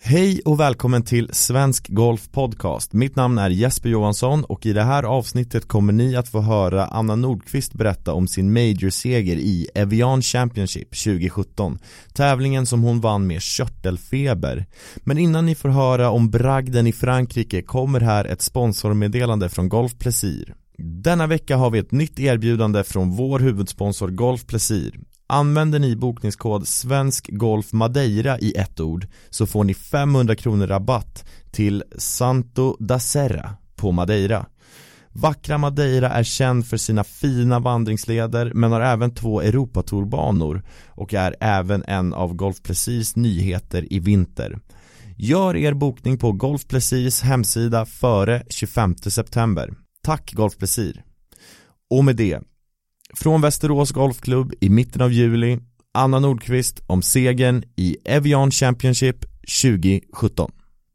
Hej och välkommen till Svensk Golf Podcast. Mitt namn är Jesper Johansson och i det här avsnittet kommer ni att få höra Anna Nordqvist berätta om sin major-seger i Evian Championship 2017. Tävlingen som hon vann med körtelfeber. Men innan ni får höra om bragden i Frankrike kommer här ett sponsormeddelande från Golf Plaisir. Denna vecka har vi ett nytt erbjudande från vår huvudsponsor Golf Plaisir. Använder ni bokningskod Svensk Golf Madeira i ett ord så får ni 500 kronor rabatt till Santo da Serra på Madeira. Vackra Madeira är känd för sina fina vandringsleder men har även 2 Europatourbanor och är även en av Golf Plaisirs nyheter i vinter. Gör er bokning på Golf Plaisirs hemsida före 25 september. Tack Golf Plaisir. Och med det, från Västerås Golfklubb i mitten av juli, Anna Nordqvist om segern i Evian Championship 2017.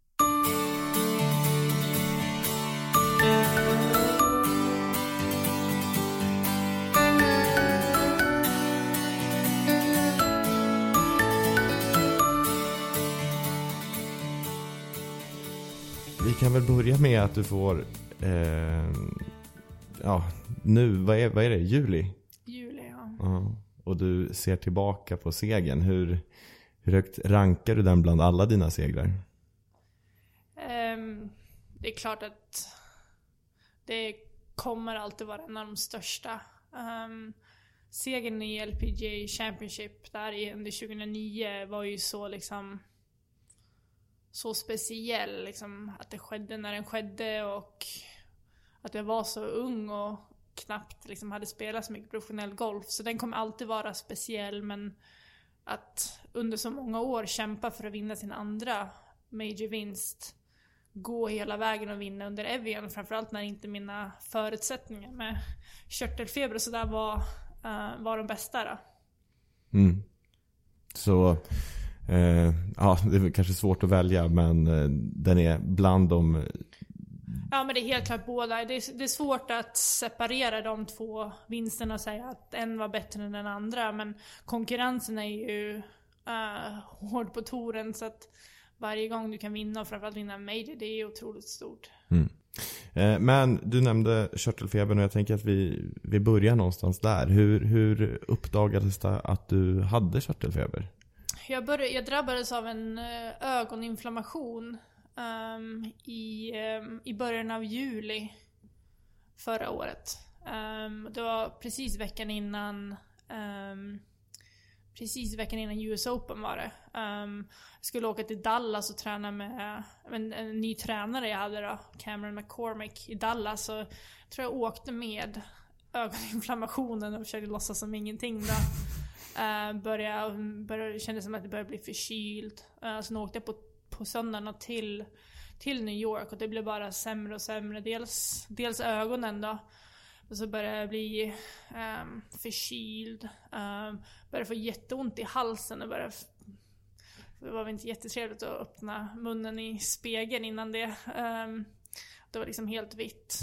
Vi kan väl börja med att du får nu, vad är det? Juli, ja. Och du ser tillbaka på segern. Hur högt rankar du den bland alla dina segrar? Det är klart att det kommer alltid vara en av de största. Segern i LPGA Championship där under 2009 var ju så liksom så speciell liksom, att det skedde när den skedde och att jag var så ung och knappt liksom hade spelat så mycket professionell golf. Så den kommer alltid vara speciell, men att under så många år kämpa för att vinna sin andra major-vinst, gå hela vägen och vinna under Evian, framförallt när inte mina förutsättningar med körtelfeber och sådär var de bästa då. Så det är kanske svårt att välja, men den är bland de... Ja, men det är helt klart båda. Det är svårt att separera de två vinsterna och säga att en var bättre än den andra. Men konkurrensen är ju hård på touren, så att varje gång du kan vinna och framförallt vinna en major, det är otroligt stort. Men du nämnde körtelfebern och jag tänker att vi börjar någonstans där. Hur uppdagades det att du hade körtelfeber? Jag drabbades av en ögoninflammation i början av juli förra året. Det var precis veckan innan US Open var det. Jag skulle åka till Dallas och träna med en ny tränare jag hade då, Cameron McCormick i Dallas. Så jag tror jag åkte med ögoninflammationen och försökte låtsas som ingenting då. Kändes som att det började bli förkyld. Så åkte jag på söndagen och till New York, och det blev bara sämre och sämre. Dels ögonen då, och så började jag bli förkyld, började få jätteont i halsen och det var inte jättetrevligt att öppna munnen i spegeln innan det. Det var liksom helt vitt.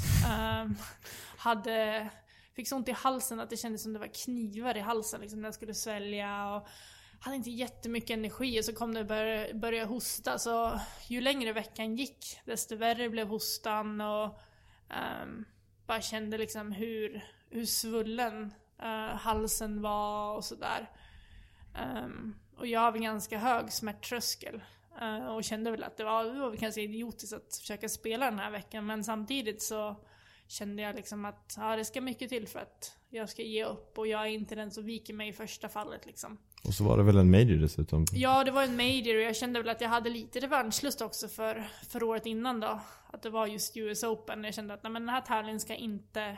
Fick så ont i halsen att det kändes som det var knivar i halsen liksom, när jag skulle svälja, och hade inte jättemycket energi, och så kom det börja hosta. Så ju längre veckan gick, desto värre blev hostan, och bara kände liksom hur svullen halsen var och sådär. Och jag har en ganska hög smärttröskel, och kände väl att det var kanske idiotiskt att försöka spela den här veckan, men samtidigt så kände jag liksom att det ska mycket till för att jag ska ge upp, och jag är inte den som viker mig i första fallet liksom. Och så var det väl en major dessutom? Ja, det var en major, och jag kände väl att jag hade lite revanschlust också för året innan då, att det var just US Open. Jag kände att den här tävlingen ska inte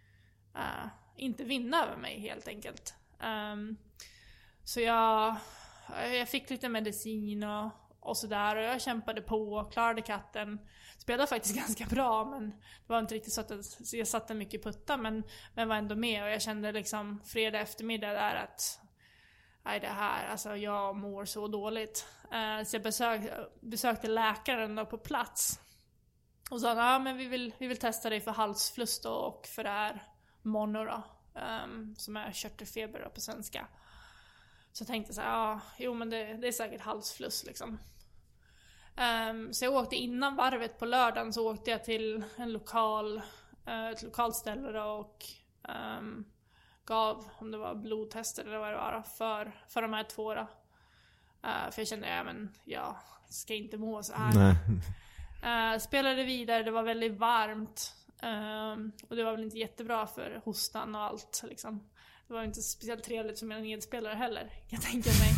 vinna över mig helt enkelt. Så jag fick lite medicin och sådär, och jag kämpade på och klarade katten. Spelade faktiskt ganska bra, men det var inte riktigt så att jag satte mycket putta, men var ändå med, och jag kände liksom fredag eftermiddag där att det här, alltså jag mår så dåligt. Så jag besökte läkaren då på plats och sa men vi vill testa dig för halsfluss då, och för det här mono då, som är körtelfeber då på svenska. Så jag tänkte så här, men det är säkert halsfluss liksom. Så jag åkte innan varvet på lördagen, så åkte jag till ett lokalt ställe då, och gav, om det var blodtester eller vad det var, för de här 2 då. För jag kände, jag ska inte må så här. Spelade vidare, det var väldigt varmt. Och det var väl inte jättebra för hostan och allt liksom. Det var inte speciellt trevligt för mina medspelare heller, kan jag tänka mig.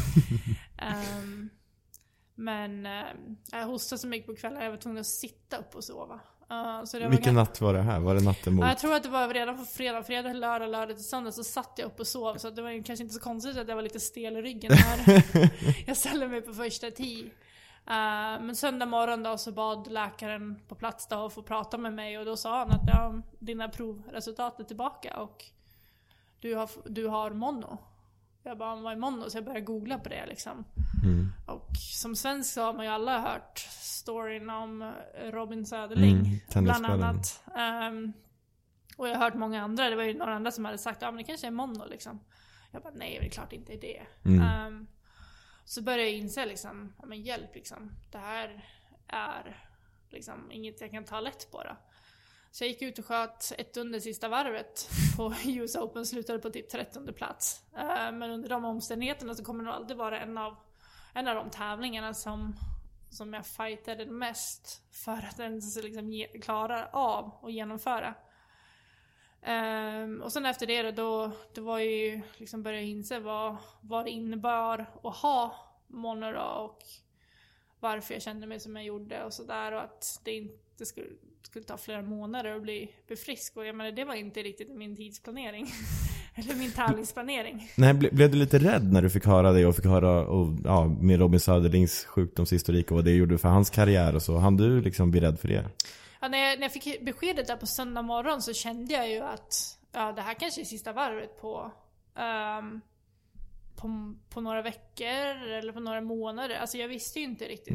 Men jag hostade så mycket på kvällen, jag var tvungen att sitta upp och sova. Så det Vilken natt var det här? Var det natten mot? Jag tror att det var redan på fredag, lördag till söndag, så satt jag upp och sov. Så det var kanske inte så konstigt att jag var lite stel i ryggen när jag ställde mig på första tee. Men söndag morgon då så bad läkaren på plats då att få prata med mig. Och då sa han att dina provresultat är tillbaka och du har mono. Jag bara, vad är mono? Så jag började googla på det liksom. Och som svensk så har man ju alla hört storyn om Robin Söderling bland annat. Och jag har hört många andra. Det var ju några andra som hade sagt men det kanske är mono liksom. Jag bara, nej, det är klart inte är det. Så började jag inse liksom, men hjälp liksom. Det här är liksom inget jag kan ta lätt på då. Så jag gick ut och sköt ett under sista varvet på US Open, slutade på typ 13:e plats. Men under de omständigheterna så kommer det nog alltid vara en av de tävlingarna som jag fightade mest för att ens liksom klara av och genomföra. Och sen efter det var ju liksom började jag inse vad det innebar att ha mono och varför jag kände mig som jag gjorde och sådär, och att det inte skulle ta flera månader att bli frisk. Och jag menar, det var inte riktigt min tidsplanering eller min tävlingsplanering. Nej, blev du lite rädd när du fick höra det och fick höra med Robin Söderlings sjukdomshistorik och vad det gjorde för hans karriär och så? Han du liksom bli rädd för det? Ja, när jag fick beskedet där på söndag morgon så kände jag ju att det här kanske är sista varvet på några veckor eller på några månader. Alltså jag visste ju inte riktigt.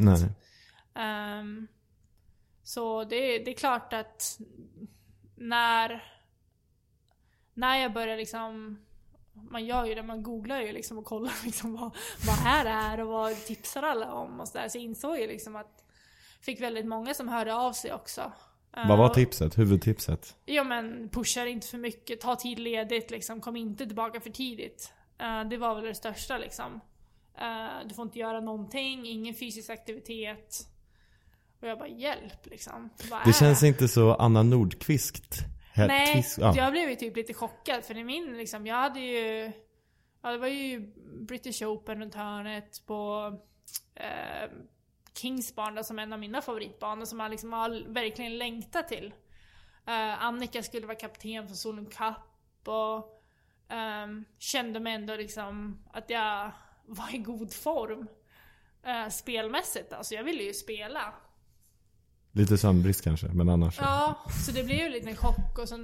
Så det är klart att när jag börjar liksom, man gör ju det, man googlar ju liksom och kollar liksom vad här är och vad tipsar alla om och så där. Så jag insåg ju liksom att fick väldigt många som hörde av sig också. Vad var tipset? Huvudtipset? Ja, men pushar inte för mycket, ta tid ledigt liksom, kom inte tillbaka för tidigt. Det var väl det största liksom. Du får inte göra någonting, ingen fysisk aktivitet. Och jag bara, hjälp liksom. Det känns inte så Anna Nordqvist. Nej, jag blev ju typ lite chockad. För i min liksom, jag hade ju det var ju British Open runt hörnet på Kingsbarn som en av mina favoritbanor som jag liksom har verkligen längtat till. Annika skulle vara kapten för Solon Cup och kände mig ändå liksom att jag var i god form spelmässigt. Alltså jag ville ju spela. Lite sömnbrist kanske, men annars. Ja, så det blev ju lite en chock och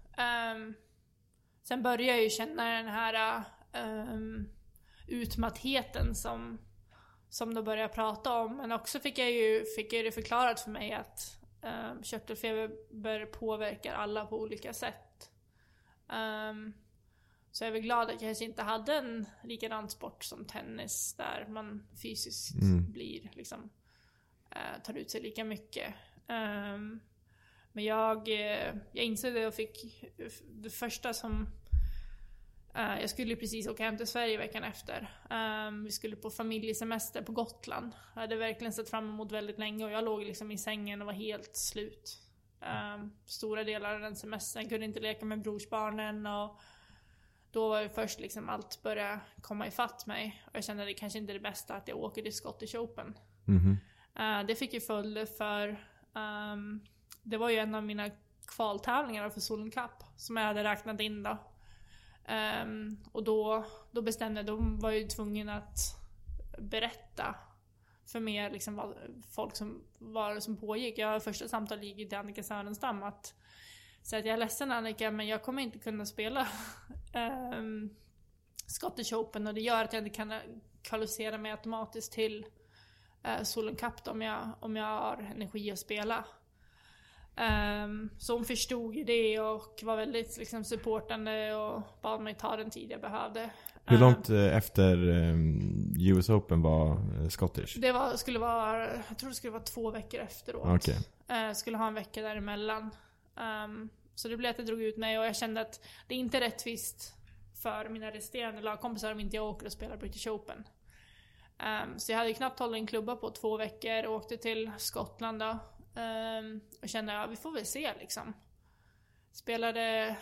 sen började jag ju känna den här utmattheten som då började prata om. Men också fick jag det förklarat för mig att körtelfeber påverkar alla på olika sätt. Så jag är väl glad att jag kanske inte hade en likadan sport som tennis där man fysiskt blir liksom tar ut sig lika mycket. Men jag insåg det och fick det första som jag skulle precis åka hem till Sverige veckan efter. Vi skulle på familjesemester på Gotland. Jag hade verkligen sett fram emot väldigt länge och jag låg liksom i sängen och var helt slut. Stora delar av den semestern kunde inte leka med brorsbarnen och då var ju först liksom allt började komma ifatt mig. Och jag kände att det kanske inte är det bästa att jag åker till Scottish Open. Det fick ju följder för det var ju en av mina kvaltävlingar för Solon Cup som jag hade räknat in då. Och då bestämde jag, då var jag ju tvungen att berätta för mer liksom vad folk som pågick. Jag har första samtalet gick till Annika Sörenstam att säga att jag är ledsen Annika, men jag kommer inte kunna spela Scottish Open och det gör att jag inte kan kvalificera mig automatiskt till Solon Cup om jag har energi att spela. Så hon förstod ju det och var väldigt liksom supportande och bad mig ta den tid jag behövde. Hur långt efter US Open var Scottish? Det jag tror det skulle vara 2 veckor efteråt. Okay. Skulle ha en vecka däremellan. Så det blev att jag drog ut mig och jag kände att det är inte rättvist för mina resterande lagkompisar om inte jag åker och spelar British Open. Så jag hade ju knappt hållit en klubba på 2 veckor och åkte till Skottland då. Och kände, ja vi får väl se liksom. Spelade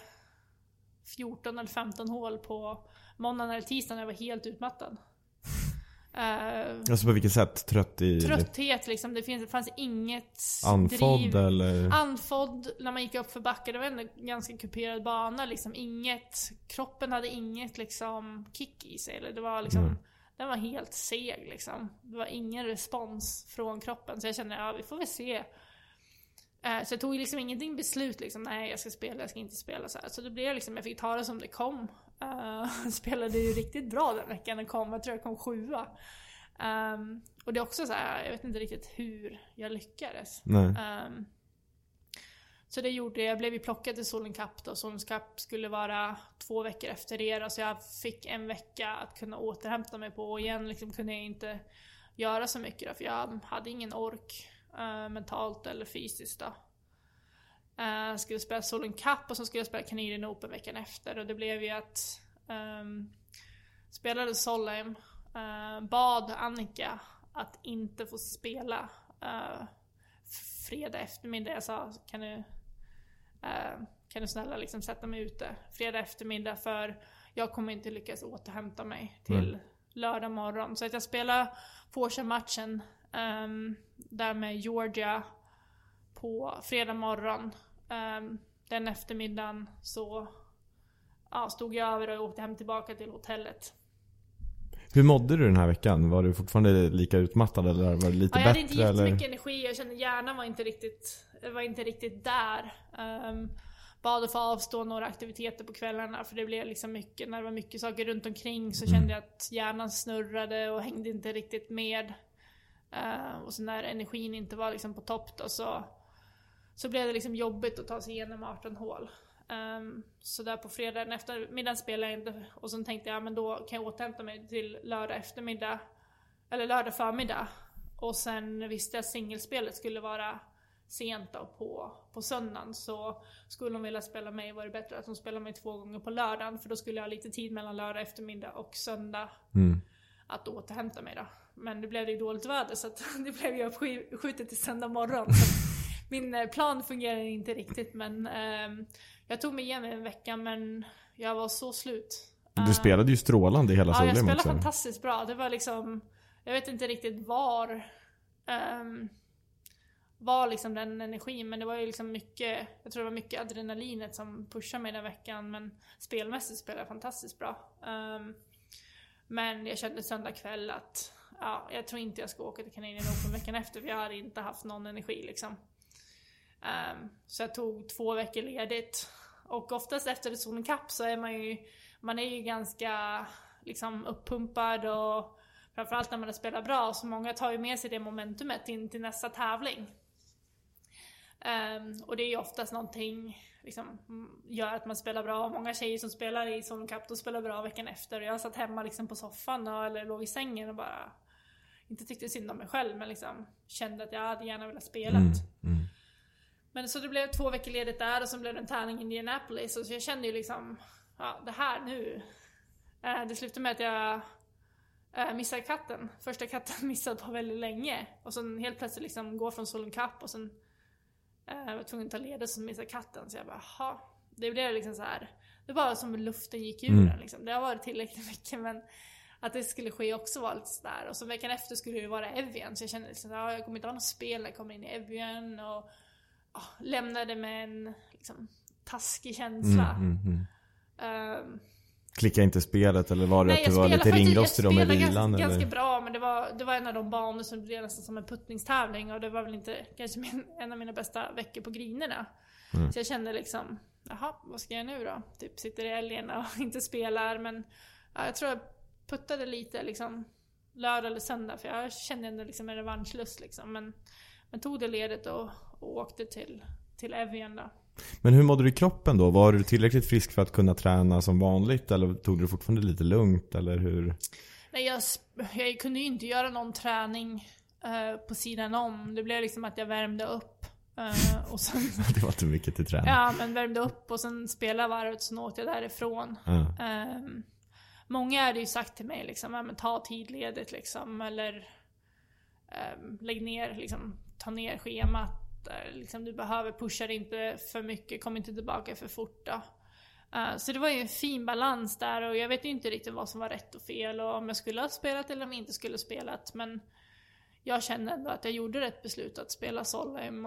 14 eller 15 hål på måndagen eller tisdagen när jag var helt utmattad. Alltså på vilket sätt? Trötthet liksom. Det fanns inget andfådd driv. Eller? Andfådd när man gick upp för backen. Det var en ganska kuperad bana liksom. Kroppen hade inget liksom kick i sig. Eller det var liksom den var helt seg liksom. Det var ingen respons från kroppen. Så jag kände, ja vi får väl se. Så jag tog liksom ingenting beslut liksom. Nej jag ska spela, jag ska inte spela så här. Så det blev liksom, jag fick ta det som det kom. Spelade ju riktigt bra den veckan den kom. Jag tror jag kom 7. Och det är också så här, jag vet inte riktigt hur jag lyckades. Så det gjorde jag blev ju plockad till Solheim Cup då. Solheim Cup skulle vara 2 veckor efter det. Så jag fick en vecka att kunna återhämta mig på. Och igen liksom kunde jag inte göra så mycket då, för jag hade ingen ork mentalt eller fysiskt då. Skulle spela Solheim Cup och så skulle jag spela Canadian Open veckan efter. Och det blev ju att spelade Solheim, bad Annika att inte få spela fredag eftermiddag. Jag sa, kan du snälla liksom sätta mig ute fredag eftermiddag, för jag kommer inte lyckas återhämta mig till lördag morgon. Så att jag spelade Porsche-matchen där med Georgia på fredag morgon. Den eftermiddagen så stod jag över och åkte hem tillbaka till hotellet. Hur mådde du den här veckan? Var du fortfarande lika utmattad eller var det lite bättre? Jag hade inte jättemycket energi. Jag kände hjärnan var inte riktigt där. Bad att få avstå några aktiviteter på kvällarna, för det blev liksom mycket. När det var mycket saker runt omkring så kände jag att hjärnan snurrade och hängde inte riktigt med. Och så när energin inte var liksom på topp då, så blev det liksom jobbigt att ta sig igenom 18 hål. Så där på fredagen eftermiddagen spelade jag inte. Och så tänkte jag, men då kan jag återhämta mig till lördag eftermiddag. Eller lördag förmiddag. Och sen visste jag att singelspelet skulle vara sent då på söndagen. Så skulle de vilja spela mig, var det bättre att de spelade mig 2 gånger på lördagen. För då skulle jag ha lite tid mellan lördag eftermiddag och söndag att återhämta mig då. Men det blev ju dåligt väder, så att det blev ju uppskjutet till söndag morgon. Så min plan fungerade inte riktigt, men jag tog mig igen en vecka, men jag var så slut. Du spelade ju strålande i hela Solheim också. Ja, jag spelade fantastiskt bra. Det var liksom, jag vet inte riktigt var liksom den energin, men det var ju liksom mycket, jag tror det var mycket adrenalinet som pushade mig den veckan, men spelmässigt spelade jag fantastiskt bra. Men jag kände söndag kväll att jag tror inte jag ska åka till Canadian Open veckan efter, för jag hade inte haft någon energi liksom. Så jag tog 2 veckor ledigt. Och oftast efter ett Solheim Cup så är man är ju ganska liksom uppumpad, och framförallt när man har spelat bra, så många tar ju med sig det momentumet in till nästa tävling. Och det är ju oftast någonting liksom, gör att man spelar bra. Många tjejer som spelar i Solheim Cup, de spelar bra veckan efter. Och jag satt hemma liksom på soffan eller låg i sängen och bara inte tyckte synd om mig själv, men liksom kände att jag hade gärna velat spela. Men så det blev 2 veckor ledigt där, och så blev det en träning i Indianapolis. Och så jag kände ju liksom, det här nu. Det slutade med att jag missade katten. Första katten missade på väldigt länge. Och sen helt plötsligt liksom går från Solheim Cup, och sen var tvungen att ta ledigt, så missade katten. Så jag bara, det blev liksom så här. Det var som luften gick ur den liksom. Det har varit tillräckligt mycket, men att det skulle ske också var lite sådär. Och så veckan efter skulle det vara Evian. Så jag kände liksom, jag kommer inte ha något spel när jag kommer in i Evian. Och lämnade med en liksom taskig känsla. Klicka inte spelet, eller var det att du var lite ringrostig då med vilan? Jag ganska bra, men det var en av de banor som blev nästan som en puttningstävling. Och det var väl inte kanske en av mina bästa veckor på grinerna. Så jag kände liksom, vad ska jag nu då? Typ sitter i älgen och inte spelar. Men jag tror jag puttade lite liksom lördag eller söndag, för jag kände ändå liksom en revanschlust liksom. Men tog det ledigt och åkte till Evian då. Men hur mådde du i kroppen då? Var du tillräckligt frisk för att kunna träna som vanligt? Eller tog du fortfarande lite lugnt? Eller hur? Nej, jag kunde ju inte göra någon träning på sidan om. Det blev liksom att jag värmde upp. Och sen, det var inte mycket till träning. Ja, men värmde upp och sen spelade varvet, så åt jag därifrån. Många hade ju sagt till mig liksom, men ta tidledigt liksom, eller lägg ner, liksom, ta ner schemat. Liksom, du behöver pusha dig inte för mycket, kom inte tillbaka för fort då. Så det var ju en fin balans där, och jag vet ju inte riktigt vad som var rätt och fel, och om jag skulle ha spelat eller om jag inte skulle ha spelat, men jag kände ändå att jag gjorde rätt beslut att spela Solheim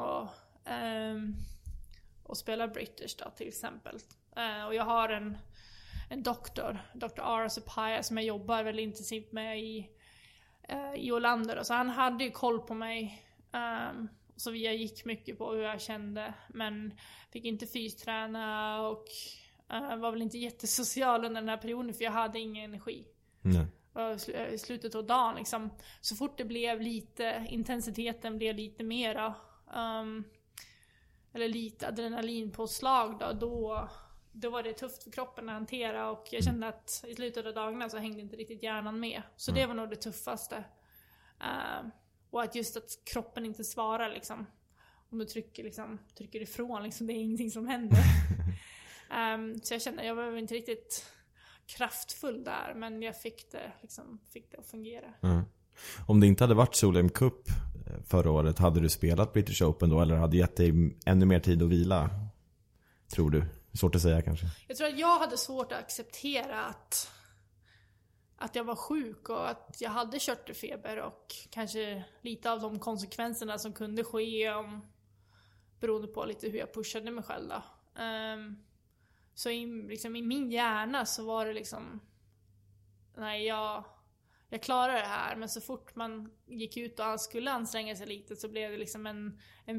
och spela British då, till exempel. Och jag har en doktor, Dr. Ara Supaya, som jag jobbar väldigt intensivt med i Orlando då. Så han hade ju koll på mig, så jag gick mycket på hur jag kände, men fick inte fysträna och var väl inte jättesocial under den här perioden, för jag hade ingen energi. Nej. I slutet av dagen liksom, så fort det blev lite, intensiteten blev lite mera eller lite adrenalinpåslag då var det tufft för kroppen att hantera, och jag kände att i slutet av dagarna så hängde inte riktigt hjärnan med, så det var nog det tuffaste. Och att just att kroppen inte svarar liksom, om du trycker ifrån liksom, det är ingenting som händer. Så jag kände, jag var inte riktigt kraftfull där, men jag fick det att fungera. Om det inte hade varit Solheim Cup förra året, hade du spelat British Open då, eller hade gett dig ännu mer tid att vila, tror du? Svårt att säga kanske. Jag tror att jag hade svårt att acceptera att jag var sjuk och att jag hade körtelfeber, och kanske lite av de konsekvenserna som kunde ske beroende på lite hur jag pushade mig själv då. Så i min hjärna så var det liksom, nej, jag klarar det här, men så fort man gick ut och skulle anstränga sig lite så blev det liksom en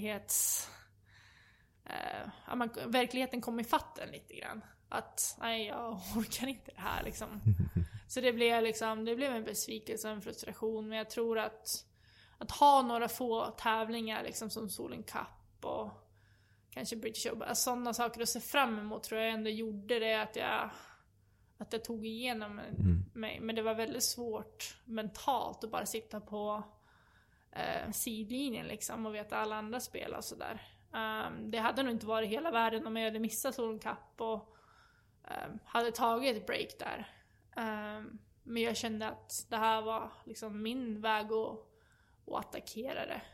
verkligheten kom i fatten lite grann. Att nej, jag orkar inte det här liksom. Så det blev en besvikelse och en frustration, men jag tror att ha några få tävlingar liksom, som Solheim Cup och kanske British Open, sådana saker att se fram emot, tror jag ändå gjorde det att jag tog igenom mig. Men det var väldigt svårt mentalt att bara sitta på sidlinjen liksom, och veta alla andra spel och sådär. Det hade nog inte varit hela världen om jag hade missat Solheim Cup och hade tagit ett break där. Men jag kände att det här var liksom min väg att attackera det.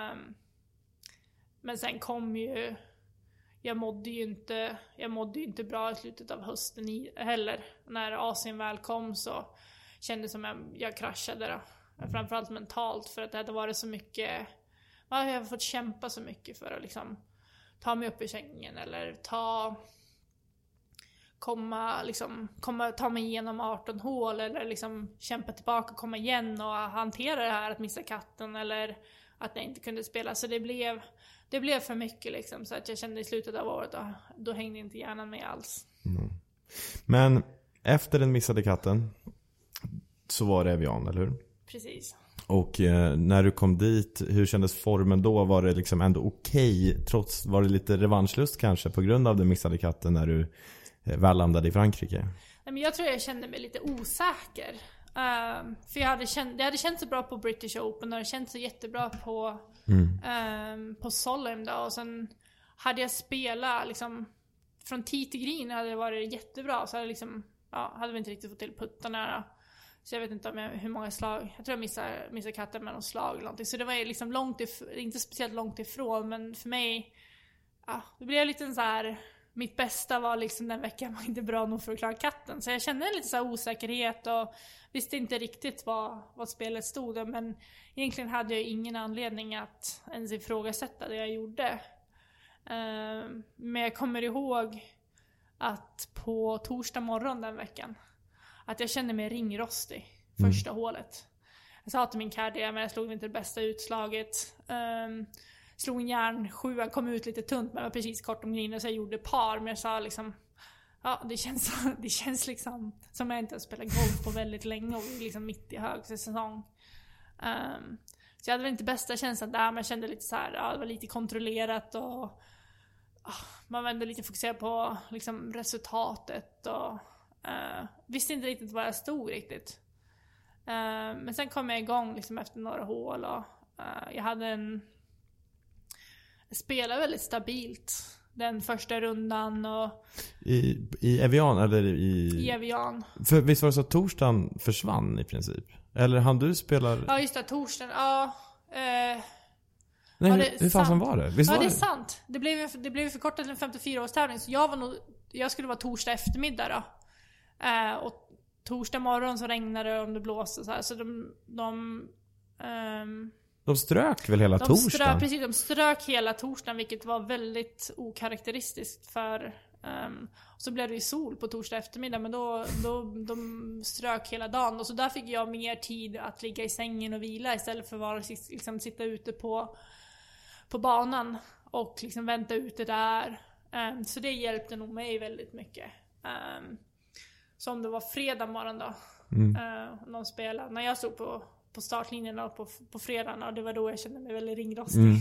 Men sen kom ju, jag mådde ju inte bra i slutet av hösten heller. När Asien väl kom så kändes det som jag kraschade då. Framförallt mentalt, för att det hade varit så mycket, jag har fått kämpa så mycket för att liksom ta mig upp i sängen, eller ta mig igenom 18 hål, eller liksom kämpa tillbaka, komma igen och hantera det här att missa katten, eller att jag inte kunde spela. Så det blev för mycket liksom, så att jag kände i slutet av året då hängde inte hjärnan med alls. Men efter den missade katten så var det Evian, eller hur? Precis. Och när du kom dit, hur kändes formen då? Var det liksom ändå okej, trots, var det lite revanschlust kanske på grund av den missade katten när du väl landade i Frankrike? Men jag tror jag kände mig lite osäker. För det hade känts så bra på British Open, och det känts så jättebra på Solheim då. Och sen hade jag spelat liksom, från tee till green hade det varit jättebra. Så hade vi inte riktigt fått till puttarna då. Så jag vet inte hur många slag. Jag tror jag missade katten med någon slag eller någonting. Så det var liksom inte speciellt långt ifrån. Men för mig, det blev lite så här. Mitt bästa var liksom den veckan var inte bra nog för att klara katten. Så jag kände lite så här osäkerhet och visste inte riktigt vad spelet stod. Men egentligen hade jag ingen anledning att ens ifrågasätta det jag gjorde. Men jag kommer ihåg att på torsdag morgon den veckan, att jag kände mig ringrostig första hålet. Jag sa till min caddy, men jag slog inte det bästa utslaget. Slog en järn 7, kom ut lite tunt, men var precis kort om grinen, så jag gjorde par. Men jag sa liksom, det känns liksom som jag inte har spelat golf på väldigt länge, och liksom mitt i högsäsong. Så jag hade väl inte bästa känslan där, men jag kände lite så här, det var lite kontrollerat, och man var ändå lite fokuserad på liksom resultatet och visste inte riktigt var jag stod riktigt. Men sen kom jag igång liksom efter några hål och jag spelade väldigt stabilt den första rundan och i Evian eller i Evian. För visst var det så att torsdagen försvann i princip? Eller han du spelar? Ja just det, torsdagen. Ja. Nej, hur fan var det? Visst ja, var det är sant. Det blev förkortat till en 54-årstävling så jag skulle vara torsdag eftermiddag då. Och torsdag morgon så regnade det om det blåste så här. Så de strök väl hela torsdagen? Precis, de strök hela torsdagen, vilket var väldigt okaraktäristiskt för så blev det ju sol på torsdag eftermiddag, men då de strök hela dagen och så där fick jag mer tid att ligga i sängen och vila istället för att liksom sitta ute på banan och liksom vänta ute där. Så det hjälpte nog mig väldigt mycket. Så om det var fredag morgon då de spelade, när jag stod på startlinjen och på fredagen, och det var då jag kände mig väldigt ringrostig.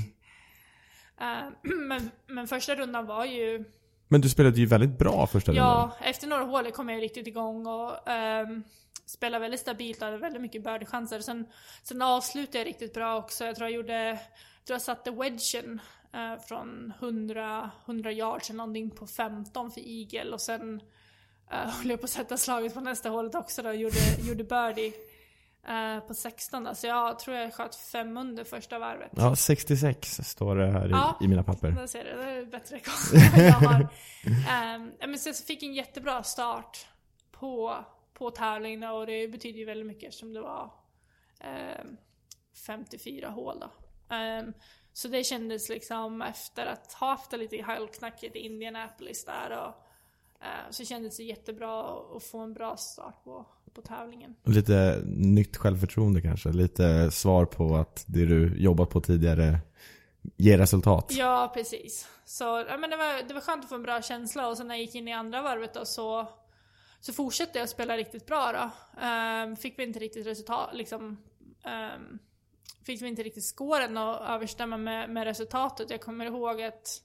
Men första rundan var ju... Men du spelade ju väldigt bra första rundan. Ja, efter några hål kom jag riktigt igång och spelade väldigt stabilt och hade väldigt mycket birdie-chanser. Sen avslutade jag riktigt bra också. Jag tror jag satte wedgen från 100 yards eller någonting på 15 för eagle, och sen höll jag på att sätta slaget på nästa hålet också då, gjorde birdie på 16 då. Så jag tror jag sköt 5 under första varvet. Ja, 66 står det här i mina papper. Där ser du, det är bättre koll jag har. Men så fick en jättebra start på tävlingen, och det betyder ju väldigt mycket eftersom det var 54 hål då. Så det kändes liksom, efter att ha haft lite halvknackigt i Indianapolis där, och så kändes det jättebra att få en bra start på tävlingen. Lite nytt självförtroende kanske, lite svar på att det du jobbat på tidigare ger resultat. Ja, precis. Så men det var skönt att få en bra känsla, och sen när jag gick in i andra varvet då, så fortsatte jag spela riktigt bra då. Fick vi inte riktigt resultat liksom, fick vi inte riktigt skåren och överstämma med resultatet. Jag kommer ihåg att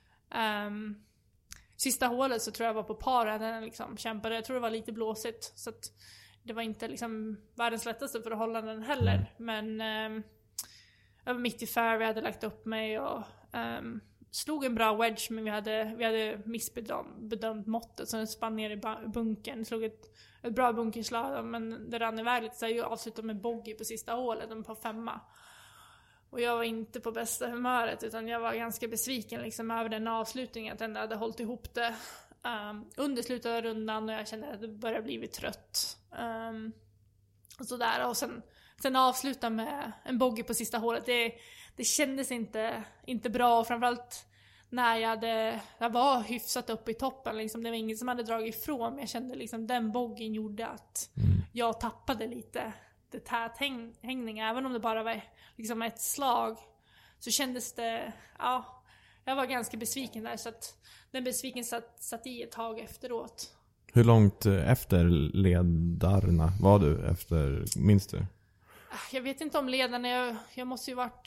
sista hålet så tror jag var på par, den liksom kämpade. Jag tror det var lite blåsigt, så att det var inte liksom världens lättaste förhållanden heller. Men jag var mitt i fairway, hade lagt upp mig och slog en bra wedge, men vi hade missbedömt måttet, så den spann ner i bunkern. Slog ett bra bunkerslag, men det rann iväg lite, så jag avslutade med bogey på sista hålet, på 5. Och jag var inte på bästa humöret, utan jag var ganska besviken liksom över den avslutningen, att den hade hållit ihop det under slutet av rundan, och jag kände att det började bli trött. Och sådär, och sen avsluta med en bogey på sista hålet, det kändes inte bra, och framförallt när jag var hyfsat uppe i toppen liksom, det var ingen som hade dragit ifrån, men jag kände liksom den boggen gjorde att jag tappade lite täthängning, även om det bara var liksom ett slag, så kändes det, jag var ganska besviken där, så att den besviken satt i ett tag efteråt. Hur långt efter ledarna var du efter, minns du? Jag vet inte om ledarna, jag måste ju varit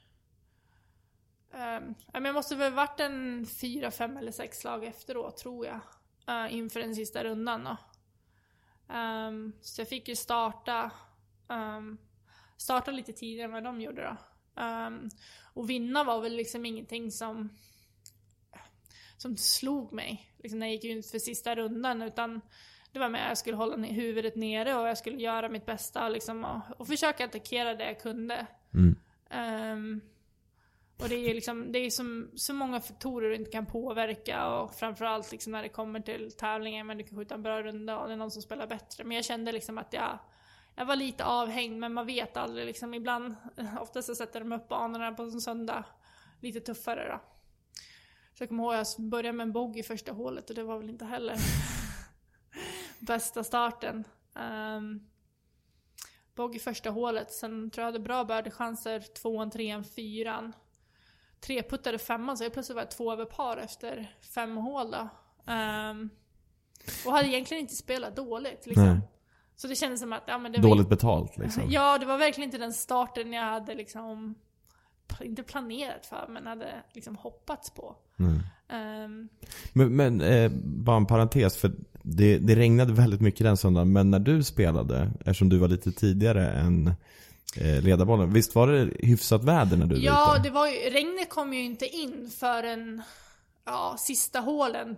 jag måste väl varit en 4, 5 eller 6 slag efteråt, tror jag, inför den sista rundan då. Så jag fick ju starta lite tidigare än vad de gjorde då. Och vinna var väl liksom ingenting som slog mig liksom när jag gick ut för sista rundan, utan det var med att jag skulle hålla huvudet nere, och jag skulle göra mitt bästa liksom, och försöka attackera det jag kunde. Och det är liksom, det är så många faktorer du inte kan påverka, och framförallt liksom när det kommer till tävlingar, men du kan skjuta en bra runda och det är någon som spelar bättre. Men jag kände liksom att jag var lite avhängd, men man vet aldrig liksom, ibland, ofta så sätter de upp banorna på en söndag lite tuffare då. Så jag kommer ihåg att jag började med en bogey i första hålet, och det var väl inte heller bästa starten. Bogey i första hålet, sen tror jag hade bra birdie-chanser 2, 3, 4. 3 puttade 5, så jag plötsligt var 2 över par efter 5 hål då. Och hade egentligen inte spelat dåligt liksom. Så det kändes som att det dåligt betalt liksom. Ja, det var verkligen inte den starten jag hade liksom inte planerat för, men hade liksom hoppats på. Men bara en parentes, för det regnade väldigt mycket den söndagen, men när du spelade, eftersom du var lite tidigare än ledarbollen, visst var det hyfsat väder när du var ute? Ja, det var ju, regnet kom ju inte in förrän sista hålen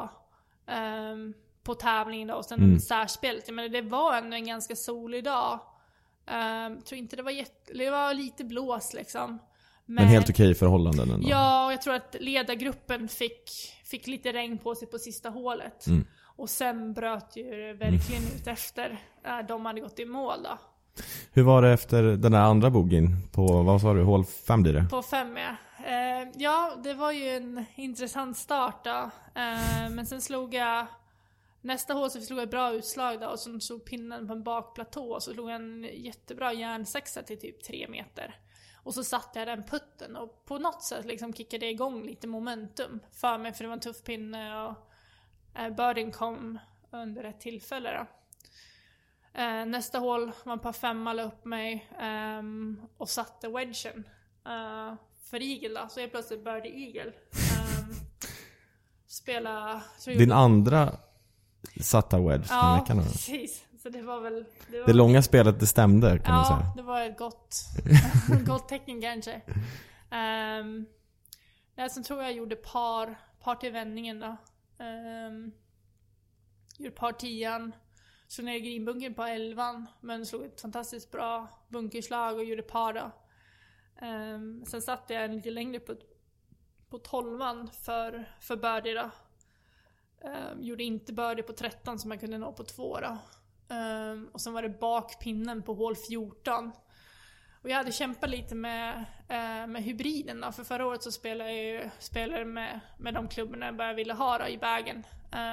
på tävlingen då, och sen särspelet. Men det var ändå en ganska solig dag. Tror inte det var lite blås liksom. Men helt okej förhållanden ändå. Ja, och jag tror att ledargruppen fick lite regn på sig på sista hålet. Och sen bröt ju det verkligen ut efter de hade gått i mål då. Hur var det efter den där andra bogin på, vad sa du, hål 5 blir det? På 5, ja. Ja, det var ju en intressant start då. Men sen slog jag nästa hål, så slog jag ett bra utslag då, och så slog pinnen på en bakplatå, och så slog jag en jättebra järnsexa till typ 3 meter. Och så satte jag den putten, och på något sätt liksom kickade jag igång lite momentum för mig, för det var en tuff pinne, och birdien kom under ett tillfälle då. Nästa hål var på 5, la upp mig och satte wedgen för eagle då, så jag plötsligt birdie eagle. Din andra satta wedge den veckan då? Precis. Så det var väl det långa spelet, det stämde kan man säga. Ja, det var ett gott tecken kanske. Sen tror jag gjorde par till vändningen då. Gjorde par 10, slog ner greenbunkern på 11, men slog ett fantastiskt bra bunkerslag och gjorde par då. Sen satte jag lite längre på 12 för birdie då. Gjorde inte birdie på 13 som man kunde nå på 2 då. Och sen var det bakpinnen på hål 14. Och jag hade kämpat lite med hybriden då, för förra året så spelade jag med de klubborna jag bara ville ha då, i bagen.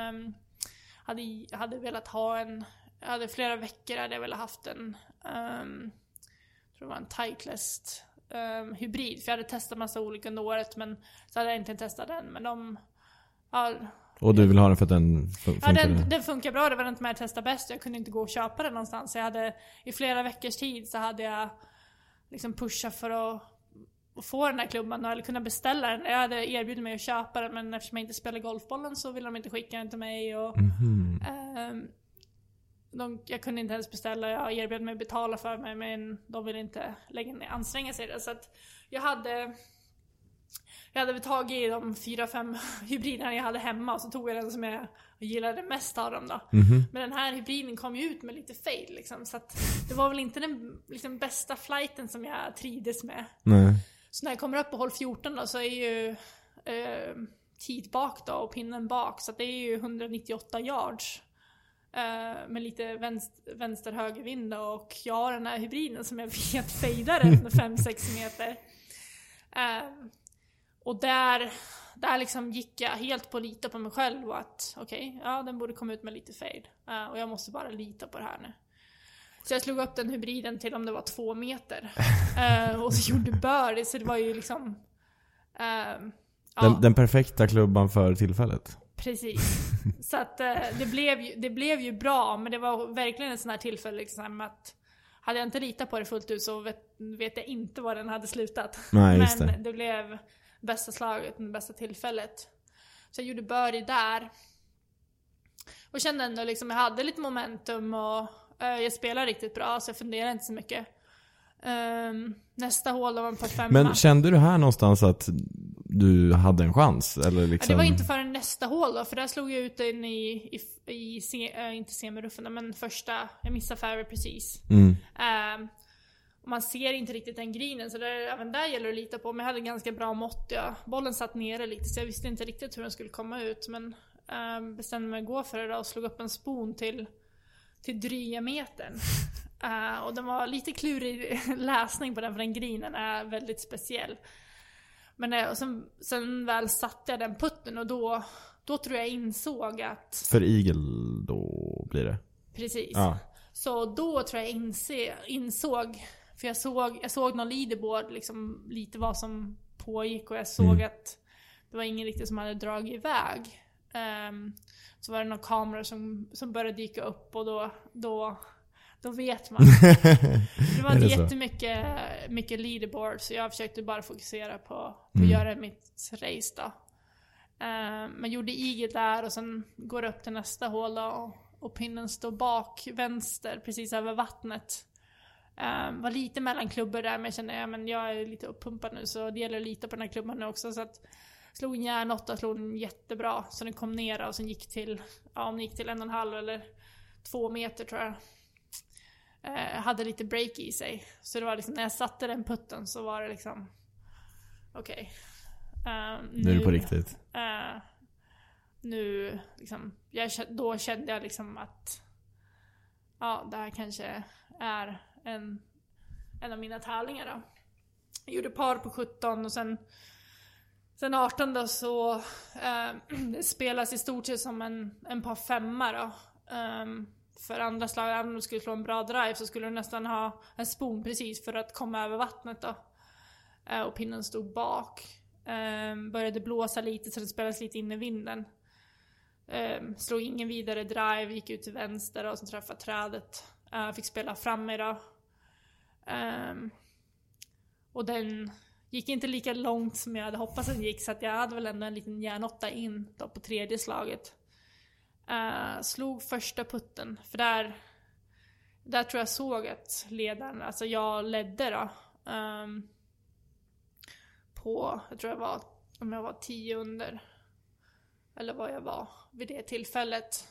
Hade velat ha flera veckor hade jag velat haft en tror det var en Titleist hybrid, för jag hade testat massa olika under året, men så hade jag inte testat den, men och du vill ha den för att den funkar? Ja, den funkar bra. Det var inte med att testa bäst. Jag kunde inte gå och köpa den någonstans. Jag hade, i flera veckors tid så hade jag liksom pushat för att få den här klubban eller kunna beställa den. Jag hade erbjudit mig att köpa den, men eftersom jag inte spelar golfbollen så ville de inte skicka den till mig. Och, jag kunde inte ens beställa. Jag erbjöd mig att betala för mig, men de ville inte anstränga sig där. Så att jag hade tagit i de 4-5 hybriderna jag hade hemma, och så tog jag den som jag gillade mest av dem då. Men den här hybriden kom ju ut med lite fade liksom, så att det var väl inte den liksom bästa flighten som jag trivdes med. Nej. Så när jag kommer upp på hål 14 då, så är ju tid bak då och pinnen bak, så att det är ju 198 yards med lite vänster höger vind då, och jag har den här hybriden som jag vet fejdar med 5-6 meter. Och där liksom gick jag helt på lita på mig själv, och att den borde komma ut med lite fade. Och jag måste bara lita på det här nu. Så jag slog upp den hybriden till om det var 2 meter. Och så gjorde birdie, så det var ju liksom den perfekta klubban för tillfället. Precis. Så att det blev ju bra, men det var verkligen ett sån här tillfälle liksom, att hade jag inte litat på det fullt ut så vet jag inte var den hade slutat. Nej, men det blev bästa slaget, det bästa tillfället. Så jag gjorde birdie där. Och kände ändå liksom, jag hade lite momentum, och jag spelade riktigt bra, så jag funderade inte så mycket. Nästa hål var på 5. Men kände du här någonstans att du hade en chans? Eller liksom? Det var inte förrän nästa hål då, för där slog jag ut in inte semiruffen, men första, jag missade fairway precis. Och man ser inte riktigt den greenen, så även där gäller det att lita på. Men jag hade ganska bra mått. Bollen satt nere lite, så jag visste inte riktigt hur den skulle komma ut. Men bestämde mig att gå för det då, och slog upp en spon till dryga metern. Och den var lite klurig läsning på den, för den greenen är väldigt speciell. Men och sen väl satte jag den putten, och då tror jag insåg att... För eagle då blir det? Precis. Ja. Så då tror jag insåg... För jag såg någon leaderboard liksom, lite vad som pågick, och jag såg att det var ingen riktigt som hade dragit iväg. Så var det någon kamera som började dyka upp, och då vet man. Det var jättemycket leaderboard, så jag försökte bara fokusera på att göra mitt race då. Man gjorde eagle där och sen går upp till nästa hål då, och pinnen står bak vänster precis över vattnet. Var lite mellan klubbor där, men jag kände jag är lite uppumpad nu, så det gäller lite på den här klubban nu också. Så att slog en järn 8, slog den jättebra, så den kom ner och sen gick till, om den gick till 1,5 eller 2 meter tror jag. Hade lite break i sig, så det var liksom, när jag satte den putten så var det liksom okej. Nu är det på riktigt. Nu liksom, då kände jag liksom att det här kanske är en av mina tävlingar då. Jag gjorde par på 17 och sen 18 då, så det spelas i stort sett som en par 5 då. För andra slag, även om du skulle slå en bra drive, så skulle du nästan ha en spon precis för att komma över vattnet då. Och pinnen stod bak. Började blåsa lite, så det spelas lite in i vinden. Slog ingen vidare drive, gick ut till vänster och sen träffade trädet. Fick spela fram idag. Och den gick inte lika långt som jag hade hoppats att den gick, så att jag hade väl ändå en liten järn 8 in då på tredje slaget. Slog första putten, för där tror jag såg att ledaren, alltså jag ledde då. Jag tror om jag var 10 under, eller vad jag var vid det tillfället.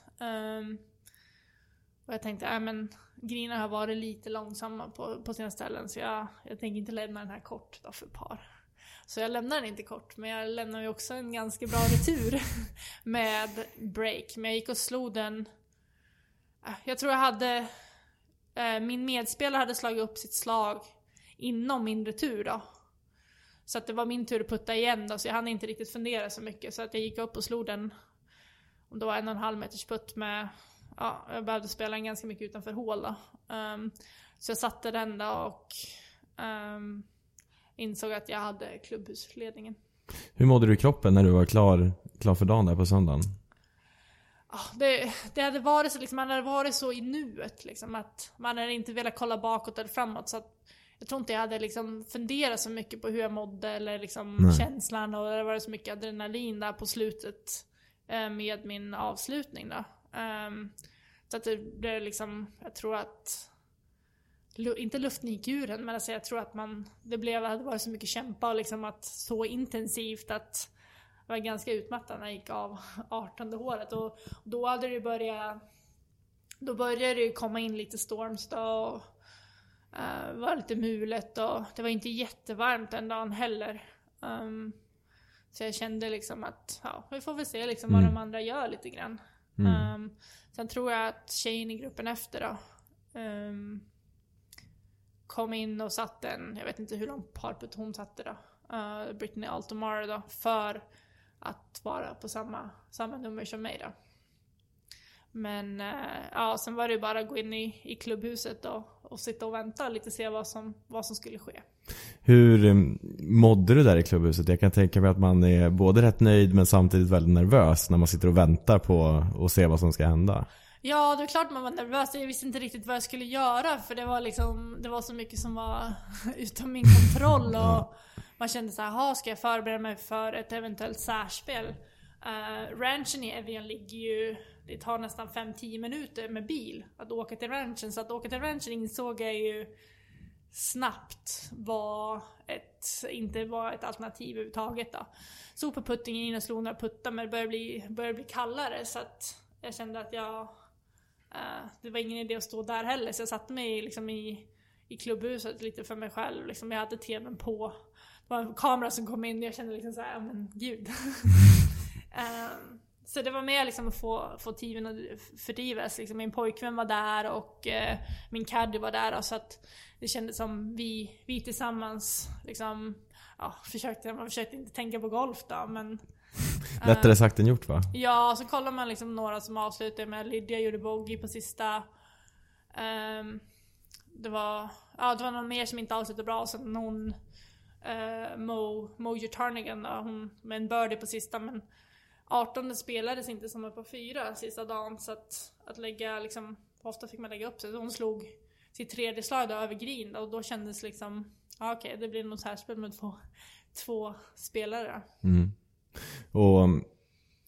Och jag tänkte, men greenerna har varit lite långsamma på sina ställen, så jag tänker inte lämna den här kort då för par. Så jag lämnar den inte kort, men jag lämnar ju också en ganska bra retur med break. Men jag gick och slog den. Jag tror jag hade, min medspelare hade slagit upp sitt slag inom min retur då. Så att det var min tur att putta igen då, så jag hann inte riktigt fundera så mycket. Så att jag gick upp och slog den, och då var 1,5 meters putt med, jag behövde spela en ganska mycket utanför hål då. Så jag satte den då och insåg att jag hade klubbhusledningen. Hur mådde du i kroppen när du var klar för dagen där på söndagen? Det hade varit så liksom, man hade varit så i nuet liksom, att man hade inte velat kolla bakåt eller framåt, så att jag tror inte jag hade liksom funderat så mycket på hur jag mådde eller liksom känslan, och det var så mycket adrenalin där på slutet med min avslutning då. Så att det blev liksom, jag tror att inte luften gick ur den, men alltså jag tror att hade varit så mycket kämpa och liksom att så intensivt att det var ganska utmattande när jag gick av 18:e hålet, och då hade det började det komma in lite storms då, och var lite mulet, och det var inte jättevarmt den dagen heller. Så jag kände liksom att vi får väl se liksom vad de andra gör lite grann. Sen tror jag att tjejen i gruppen efter då kom in och satte jag vet inte hur lång parputt hon satte då, Brittany Altomare då, för att vara på samma nummer som mig då. Men sen var det ju bara att gå in i klubbhuset då, och sitta och vänta lite, se vad som skulle ske. Hur mådde du där i klubbhuset? Jag kan tänka mig att man är både rätt nöjd men samtidigt väldigt nervös när man sitter och väntar på att se vad som ska hända. Ja, det är klart man var nervös. Jag visste inte riktigt vad jag skulle göra, för det var så mycket som var utom min kontroll, och man kände så här, ska jag förbereda mig för ett eventuellt särspel? Ranchen i Evian ligger ju, det tar nästan 5-10 minuter med bil att åka till ranchen, så att åka till ranchen insåg jag ju snabbt inte var ett alternativ överhuvudtaget då. Så på puttingen in och slog några puttar, men det började bli kallare, så att jag kände att det var ingen idé att stå där heller, så jag satte mig liksom i klubbhuset lite för mig själv liksom. Jag hade tvn på, det var en kamera som kom in och jag kände liksom så här, men gud. Så det var mer liksom att få tiden att fördrivas liksom. Min pojkvän var där och min caddy var där, så att det kändes som vi tillsammans liksom, man försökte inte tänka på golf då, men lättare sagt än gjort, va? Ja, så kollar man liksom några som avslutade med Lydia gjorde bogey på sista. Det var någon mer som inte avslutade bra, så någon Mo Tarnigan då, hon med en birdie på sista, men 18 spelades inte som på 4 sista dagen, så att lägga liksom, ofta fick man lägga upp sig. Så hon slog sitt tredje slag då, över green då, och då kändes liksom det blir nog särspel med två spelare. Och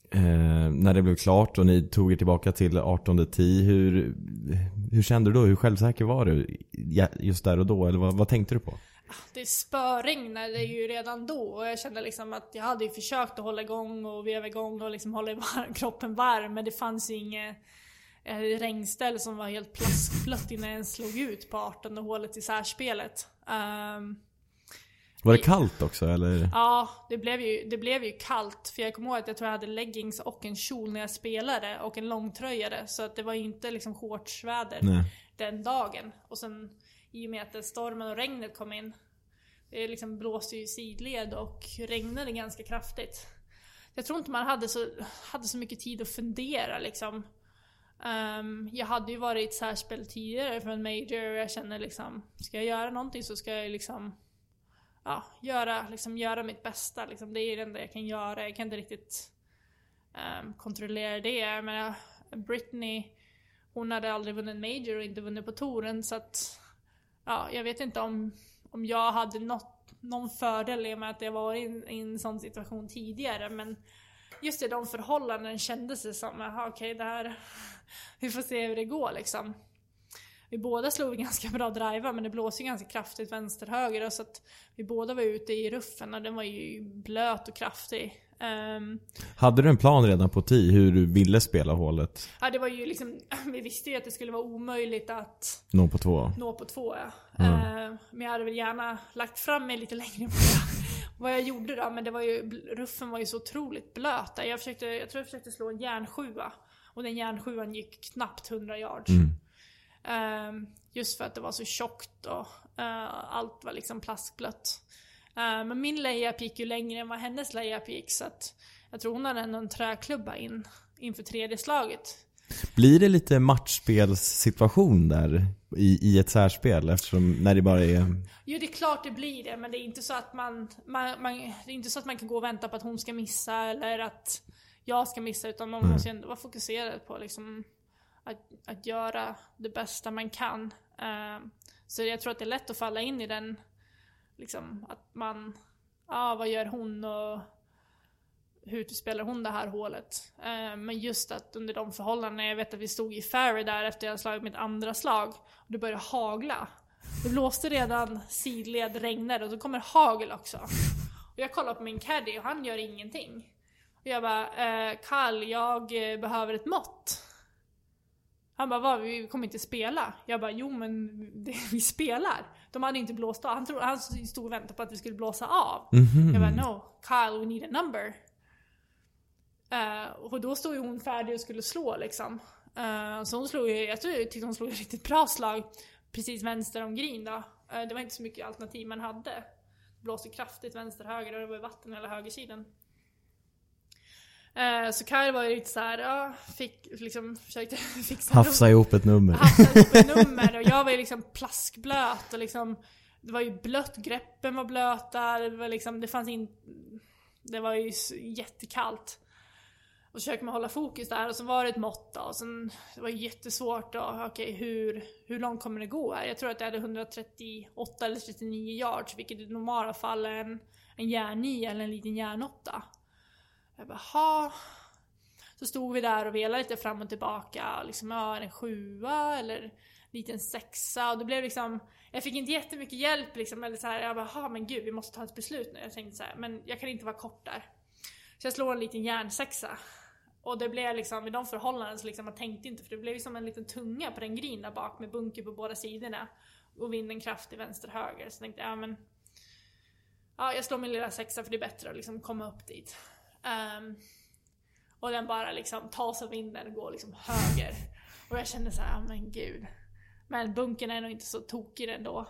när det blev klart och ni tog er tillbaka till 18:e tee, hur kände du då? Hur självsäker var du just där och då? Eller vad tänkte du på? Det spöregnade ju redan då och jag kände liksom att jag hade ju försökt att hålla igång och veva igång och liksom hålla kroppen varm, men det fanns ju inget regnställ som var helt plaskblött innan jag ens slog ut på 18:e hålet i särspelet. Var det kallt också eller? Ja, det blev ju kallt. För jag kommer ihåg att jag tror jag hade leggings och en kjol när jag spelade och en långtröjare. Så att det var ju inte liksom shortsväder den dagen. Och sen i och med att stormen och regnet kom in, det liksom blåste ju sidled och regnade ganska kraftigt. Jag tror inte man hade så mycket tid att fundera liksom. Jag hade ju varit i ett särspel tidigare för en major och jag känner liksom, ska jag göra någonting så ska jag liksom göra mitt bästa liksom. Det är det enda jag kan göra. Jag kan inte riktigt kontrollera det. Men Britney, hon hade aldrig vunnit en major och inte vunnit på touren, så att jag vet inte om jag hade någon fördel i med att jag var i en sån situation tidigare, men just i de förhållanden kändes det som okej, det här, vi får se hur det går liksom. Vi båda slog ganska bra driver, men det blåser ju ganska kraftigt vänster-höger, så att vi båda var ute i ruffen och den var ju blöt och kraftig. Hade du en plan redan på tee hur du ville spela hålet? Ja, det var ju liksom, vi visste ju att det skulle vara omöjligt att nå på två. Men jag hade väl gärna lagt fram mig lite längre på vad jag gjorde då, men ruffen var ju så otroligt blöt. Jag tror jag försökte slå en järnsjua och den järnsjuan gick knappt 100 yards. Just för att det var så tjockt och allt var liksom plaskblött. Men min layup gick ju längre än vad hennes layup gick, så att jag tror hon hade en träklubba inför tredje slaget. Blir det lite matchspelssituation där i ett särspel, eftersom när det bara är... Jo, det är klart det blir det, men det är inte så att man det är inte så att man kan gå och vänta på att hon ska missa eller att jag ska missa, utan man måste ändå vara fokuserad på liksom att göra det bästa man kan. Så jag tror att det är lätt att falla in i den liksom, att man vad gör hon och hur spelar hon det här hålet. Men just att under de förhållandena, jag vet att vi stod i Ferry där efter jag slagit mitt andra slag och det började hagla. Det blåste redan sidled, regnade och så kommer hagel också. Och jag kollar på min caddy och han gör ingenting. Och jag bara, Karl, jag behöver ett mått. Han bara, vi kommer inte spela. Jag bara, jo men vi spelar. De hade inte blåst av. Han stod och väntade på att vi skulle blåsa av. Jag bara, no, Kyle, we need a number. Och då stod ju hon färdig och skulle slå liksom. Så hon slog ju, jag tyckte hon slog ett riktigt bra slag. Precis vänster om green då. Det var inte så mycket alternativ man hade. Det blåste kraftigt vänster höger och det var ju vatten eller högersidan. Så Kyle var ju lite såhär, försökte fixa hafsa ihop ett nummer. Och jag var ju liksom plaskblöt och liksom, det var ju blött, greppen var blöta, det var liksom, det var ju jättekallt. Och så försökte man hålla fokus där och så var det ett mått då, och sen det var jättesvårt då, okej, hur långt kommer det gå här? Jag tror att jag hade 138 eller 39 yards, vilket i normala fall är en järn 9 eller en liten järn 8. Jag bara, så stod vi där och velade lite fram och tillbaka. Liksom, en 7 eller en liten 6. Och det blev liksom, jag fick inte jättemycket hjälp liksom, eller så här, jag bara, men gud, vi måste ta ett beslut nu. Jag tänkte så här, men jag kan inte vara kort där. Så jag slår en liten järn 6. Och det blev liksom, i de förhållanden så liksom, man tänkte inte, för det blev som en liten tunga på den green där bak med bunker på båda sidorna. Och vinden kraftig vänster-höger. Så tänkte jag, jag slår min lilla 6 för det är bättre att liksom komma upp dit. Och den bara liksom tas av vinden och går liksom höger. Och jag kände så här, men gud. Men bunken är nog inte så tokig ändå.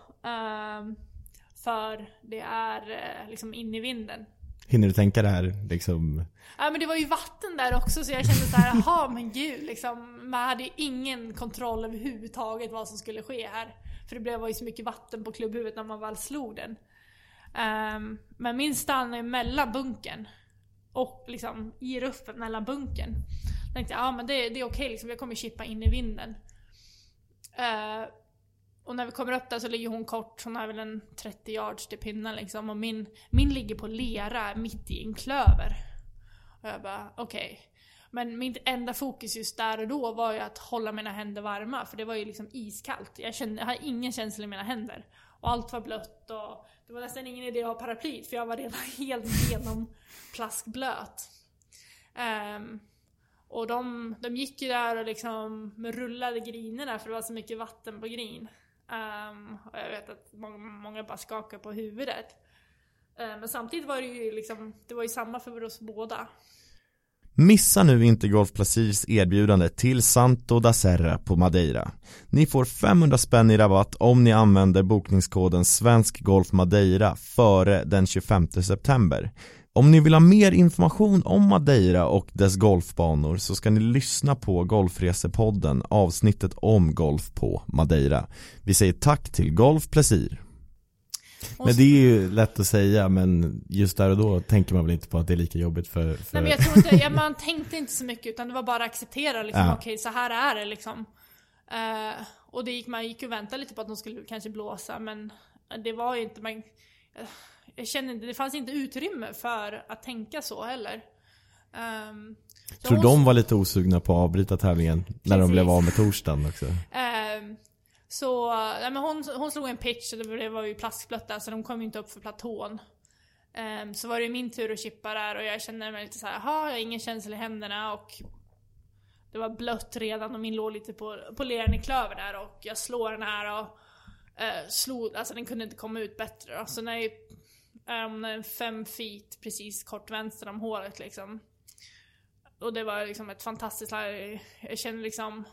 För det är liksom in i vinden. Hinner du tänka det här liksom? Ja, men det var ju vatten där också, så jag kände så här, men gud liksom, man hade ju ingen kontroll överhuvudtaget vad som skulle ske här. För det var ju så mycket vatten på klubbhuvudet när man väl slog den. Men min stann är mellan bunken och liksom i ruffen mellan bunken. Jag tänkte, men det är okej liksom, jag kommer chippa in i vinden. Och när vi kommer upp där så ligger hon kort, hon har väl en 30 yards till pinnen liksom, och min ligger på lera mitt i en klöver. Och jag bara, okej. Men mitt enda fokus just där och då var ju att hålla mina händer varma. För det var ju liksom iskallt. Jag hade ingen känsla i mina händer. Och allt var blött och det var nästan ingen idé att ha paraplyt. För jag var redan helt genom plaskblöt. Och de gick ju där och liksom rullade grinerna för det var så mycket vatten på grin. Och jag vet att många bara skakade på huvudet. Men samtidigt var det ju liksom, det var ju samma för oss båda. Missa nu inte Golf Plaisirs erbjudande till Santo da Serra på Madeira. Ni får 500 spänn i rabatt om ni använder bokningskoden Svensk Golf Madeira före den 25 september. Om ni vill ha mer information om Madeira och dess golfbanor så ska ni lyssna på Golfresepodden, avsnittet om golf på Madeira. Vi säger tack till Golf Plaisir. Men det är ju lätt att säga, men just där och då tänker man väl inte på att det är lika jobbigt för... Nej, men jag tror inte, man tänkte inte så mycket utan det var bara att acceptera liksom, okej, så här är det liksom. Och man gick och väntade lite på att de skulle kanske blåsa, men det var ju inte... Jag kände inte, det fanns inte utrymme för att tänka så heller. Tror de var lite osugna på att avbryta tävlingen när de blev av med torsdagen också? Så men hon slog en pitch och det var ju plaskblött där, så de kom ju inte upp för platån. Så var det min tur att chippa där och jag kände mig lite så här, jag har ingen känsla i händerna och det var blött redan och min låg lite på leren i klöver där och jag slår den här och slog, alltså den kunde inte komma ut bättre då. Så när jag 5 feet precis kort vänster om håret liksom. Och det var liksom ett fantastiskt, jag kände liksom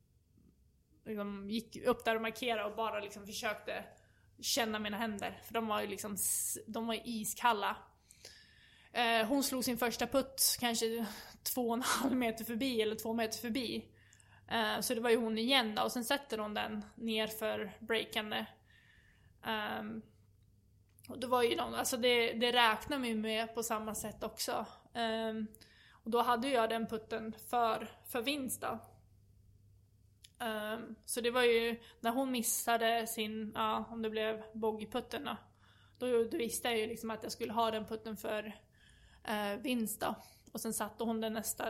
gick upp där och markerade och bara liksom försökte känna mina händer. För de var ju liksom, de var iskalla. Hon slog sin första putt kanske 2,5 meter förbi eller 2 meter förbi. Så det var ju hon igen då. Och sen sätter hon den ner för breakande. Och det var ju alltså det räknar man ju med på samma sätt också. Och då hade jag den putten för vinst då. Så det var ju när hon missade sin, om det blev bogeyputten då visste jag ju liksom att jag skulle ha den putten för vinst då. Och sen satte hon den nästa.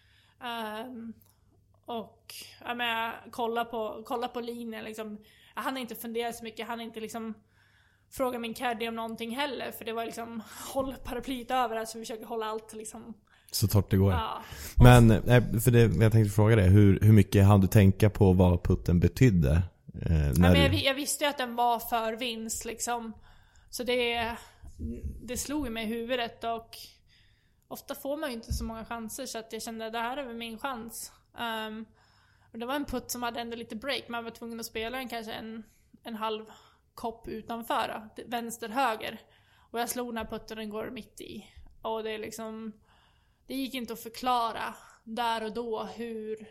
Och jag kolla på linjen liksom. Jag hann inte fundera så mycket, jag hann inte liksom fråga min caddy om någonting heller, för det var liksom håll paraplyt över, alltså vi försöker hålla allt liksom så torrt det går. Ja. Men för det jag tänkte fråga dig, hur mycket hann du tänka på vad putten betydde? Jag visste ju att den var för vinst liksom. Så det slog ju mig i huvudet och ofta får man ju inte så många chanser, så att jag kände att det här är väl min chans. Och det var en putt som hade ändå lite break. Man var tvungen att spela den kanske en halv kopp utanför, vänster höger. Och jag slog den här putten och den går mitt i. Och det är liksom, det gick inte att förklara där och då hur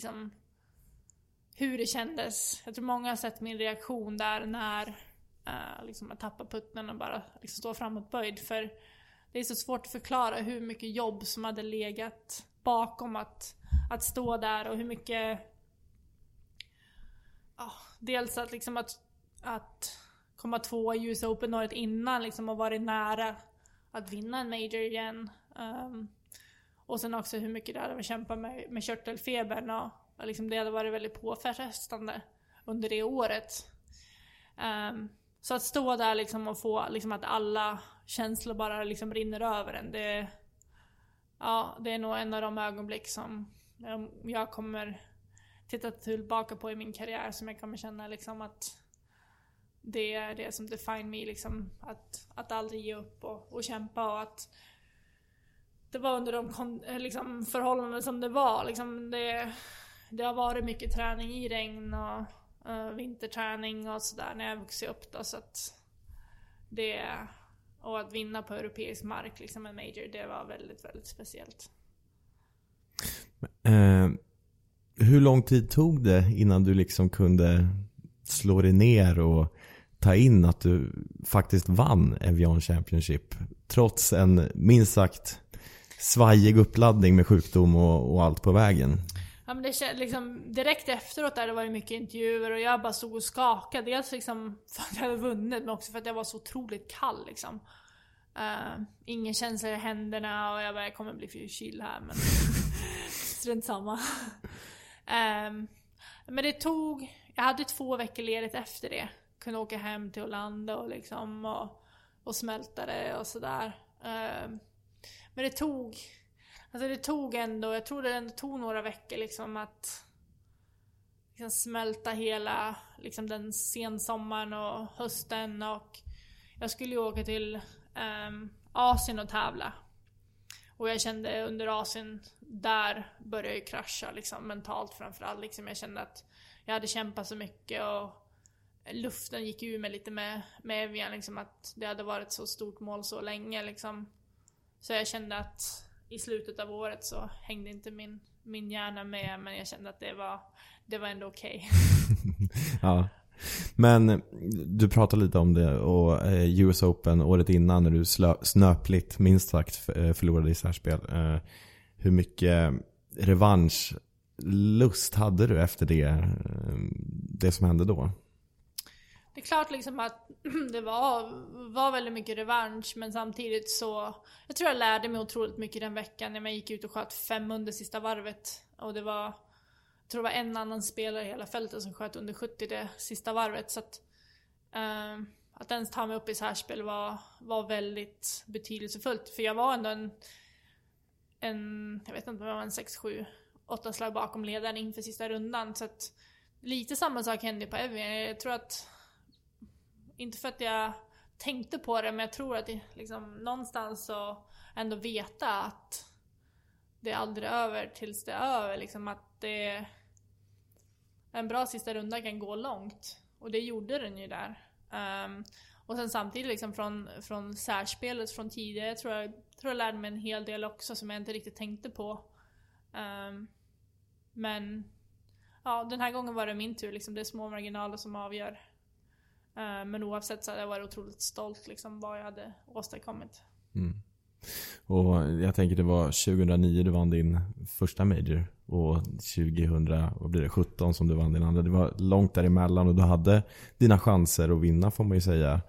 det kändes. Jag tror många har sett min reaktion där när liksom jag tappar putten och bara liksom står framåtböjd. För det är så svårt att förklara hur mycket jobb som hade legat bakom att stå där och hur mycket dels att liksom att komma 2 i US Open året innan liksom, och varit nära att vinna en major igen. Och sen också hur mycket det hade att kämpa med körtelfebern och liksom det hade varit väldigt påfrestande under det året. Så att stå där liksom och få liksom att alla känslor bara liksom rinner över en, det är nog en av de ögonblick som jag kommer titta tillbaka på i min karriär, som jag kommer känna liksom att det är det som define me liksom, att aldrig ge upp och kämpa, och att det var under de liksom, förhållanden som det var liksom, det har varit mycket träning i regn och vinterträning och sådär när jag vuxit upp då, så att och att vinna på europeisk mark liksom en major, det var väldigt, väldigt speciellt. Hur lång tid tog det innan du liksom kunde slå dig ner och ta in att du faktiskt vann Evian Championship trots en minst sagt svajig uppladdning med sjukdom och allt på vägen? Ja, men det liksom direkt efteråt där, det var ju mycket intervjuer och jag bara stod och skakade, dels liksom för att jag hade vunnit men också för att jag var så otroligt kall liksom. Ingen känsla i händerna och jag kommer bli förkyld här, men strunt samma. Men det tog, jag hade 2 veckor ledigt efter det. Kunde åka hem till Orlando och liksom och smälta det och sådär. Men det tog ändå, jag tror det ändå tog några veckor liksom att liksom smälta hela liksom den sensommaren och hösten, och jag skulle ju åka till Asien och tävla. Och jag kände under Asien, där började jag ju krascha liksom, mentalt framförallt. Liksom, jag kände att jag hade kämpat så mycket och luften gick ur mig lite med Evian. Liksom, att det hade varit så stort mål så länge. Liksom. Så jag kände att i slutet av året så hängde inte min hjärna med. Men jag kände att det var ändå okej. Ja. Men du pratade lite om det, och US Open året innan när du snöpligt minst sagt förlorade i särspel. Hur mycket revanschlust hade du efter det som hände då? Det är klart liksom att det var väldigt mycket revansch, men samtidigt så jag tror jag lärde mig otroligt mycket den veckan när jag gick ut och sköt 5 under sista varvet, och det var, jag tror det var en annan spelare i hela fältet som sköt under 70 det sista varvet, så att ens ta mig upp i särspel var väldigt betydelsefullt, för jag var ändå jag vet inte om jag var en 6-7-8 slag bakom ledaren inför sista rundan, så att lite samma sak hände på Evian. Jag tror att, inte för att jag tänkte på det, men jag tror att det, liksom, någonstans så ändå veta att det är aldrig över tills det är över, liksom, att det en bra sista runda kan gå långt, och det gjorde den ju där. Och sen samtidigt liksom från särspelet från tidigare tror jag lärde mig en hel del också som jag inte riktigt tänkte på. Men ja, den här gången var det min tur liksom, det är små marginaler som avgör. Men oavsett så hade jag varit otroligt stolt liksom vad jag hade åstadkommit. Och jag tänker det var 2009 du vann din första major, och 2017 som du vann din andra. Det var långt däremellan och du hade dina chanser att vinna, får man ju säga.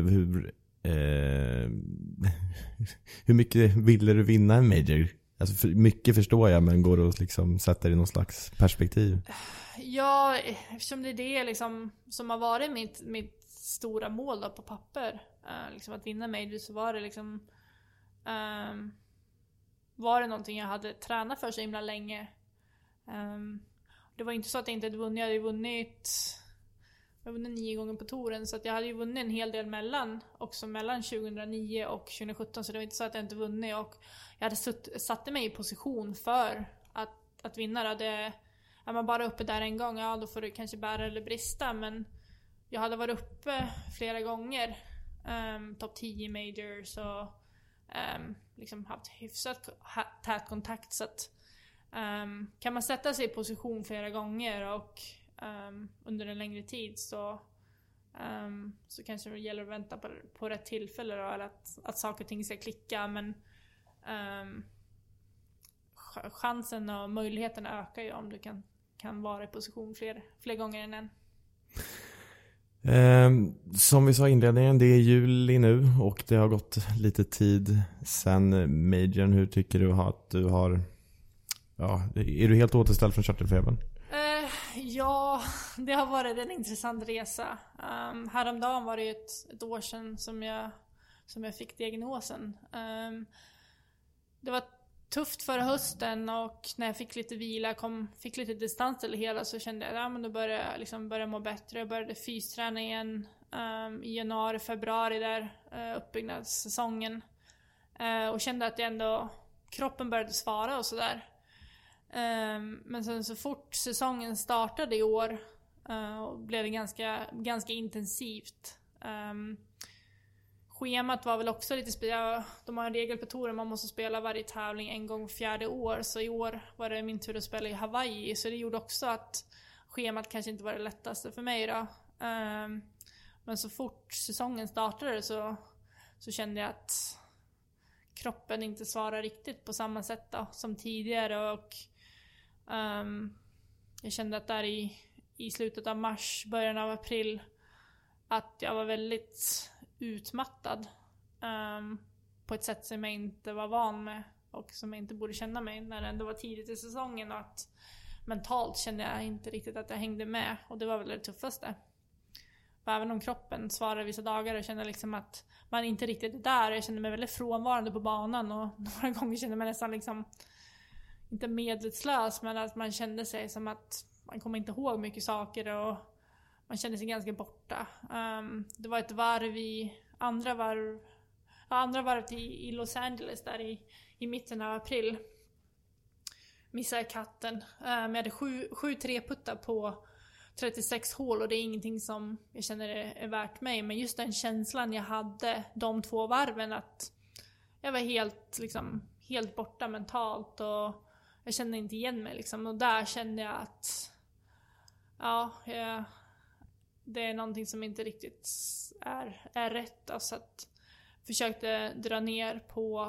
Hur mycket ville du vinna en major? Alltså mycket förstår jag, men går det att liksom sätta det i någon slags perspektiv? Ja, eftersom det är det liksom, som har varit mitt stora mål då på papper, liksom att vinna major, så var det liksom var det någonting jag hade tränat för så himla länge. Det var inte så att jag inte hade vunnit. Jag hade vunnit 9 gånger på touren, så att jag hade ju vunnit en hel del mellan 2009 och 2017, så det var inte så att jag inte vunnit, och jag hade satte mig i position för att vinna. Är man bara uppe där en gång, ja då får du kanske bära eller brista, men jag hade varit uppe flera gånger, topp 10 majors och liksom haft hyfsat tät kontakt, så att kan man sätta sig i position flera gånger och under en längre tid så kanske det gäller att vänta på rätt tillfälle då, eller att saker och ting ska klicka, men chansen och möjligheten ökar ju om du kan vara i position fler gånger än en. Som vi sa i inledningen, det är juli nu och det har gått lite tid sen majorn. Hur tycker du att du har, är du helt återställd från charterfebern? Ja, det har varit en intressant resa. Häromdagen var det ju ett år sedan som jag fick diagnosen. Det var tufft förra hösten, och när jag fick lite vila, fick lite distans till det hela, så kände jag men då började jag börja må bättre. Jag började fysträna igen i januari, februari där, uppbyggnadssäsongen, och kände att kroppen började svara och sådär. Men sen så fort säsongen startade i år blev det ganska intensivt. Schemat var väl också lite speciellt. De har en regel på touren, man måste spela varje tävling en gång 4:e år. Så i år var det min tur att spela i Hawaii. Så det gjorde också att schemat kanske inte var det lättaste för mig då. Men så fort säsongen startade så kände jag att kroppen inte svarar riktigt på samma sätt då, som tidigare. Och jag kände att där i slutet av mars, början av april, att jag var väldigt utmattad. på ett sätt som jag inte var van med och som jag inte borde känna mig när det ändå var tidigt i säsongen, och att mentalt kände jag inte riktigt att jag hängde med, och det var väl det tuffaste. För även om kroppen svarade vissa dagar och kände liksom att man inte riktigt är där, jag kände mig väldigt frånvarande på banan, och några gånger kände man nästan liksom inte medvetslös, men att man kände sig som att man kommer inte ihåg mycket saker och man kände sig ganska borta. Det var ett varv andra varv i Los Angeles där i mitten av april. Missade katten. Jag hade 7 3-puttar på 36 hål, och det är ingenting som jag känner är värt mig. Men just den känslan jag hade de 2 varven, att jag var helt borta mentalt och jag kände inte igen mig liksom. Och där kände jag att det är någonting som inte riktigt är rätt. Alltså att försökte dra ner